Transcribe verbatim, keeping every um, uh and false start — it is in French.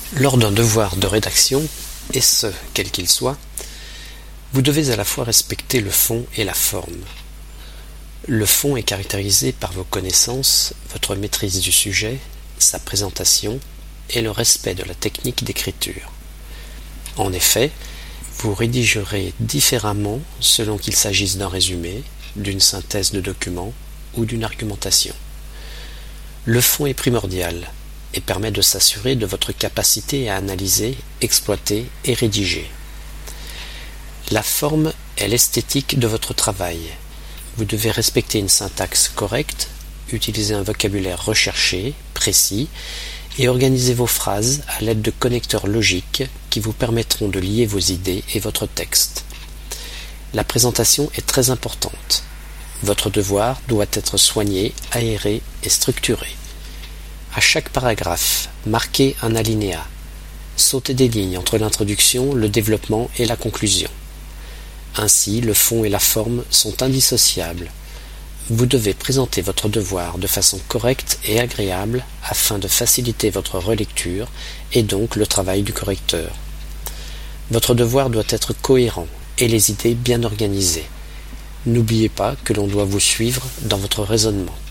Lors d'un devoir de rédaction, et ce, quel qu'il soit, vous devez à la fois respecter le fond et la forme. Le fond est caractérisé par vos connaissances, votre maîtrise du sujet, sa présentation et le respect de la technique d'écriture. En effet, vous rédigerez différemment selon qu'il s'agisse d'un résumé, d'une synthèse de document ou d'une argumentation. Le fond est primordial et permet de s'assurer de votre capacité à analyser, exploiter et rédiger. La forme est l'esthétique de votre travail. Vous devez respecter une syntaxe correcte, utiliser un vocabulaire recherché, précis, et organiser vos phrases à l'aide de connecteurs logiques qui vous permettront de lier vos idées et votre texte. La présentation est très importante. Votre devoir doit être soigné, aéré et structuré. À chaque paragraphe, marquez un alinéa. Sautez des lignes entre l'introduction, le développement et la conclusion. Ainsi, le fond et la forme sont indissociables. Vous devez présenter votre devoir de façon correcte et agréable afin de faciliter votre relecture et donc le travail du correcteur. Votre devoir doit être cohérent et les idées bien organisées. N'oubliez pas que l'on doit vous suivre dans votre raisonnement.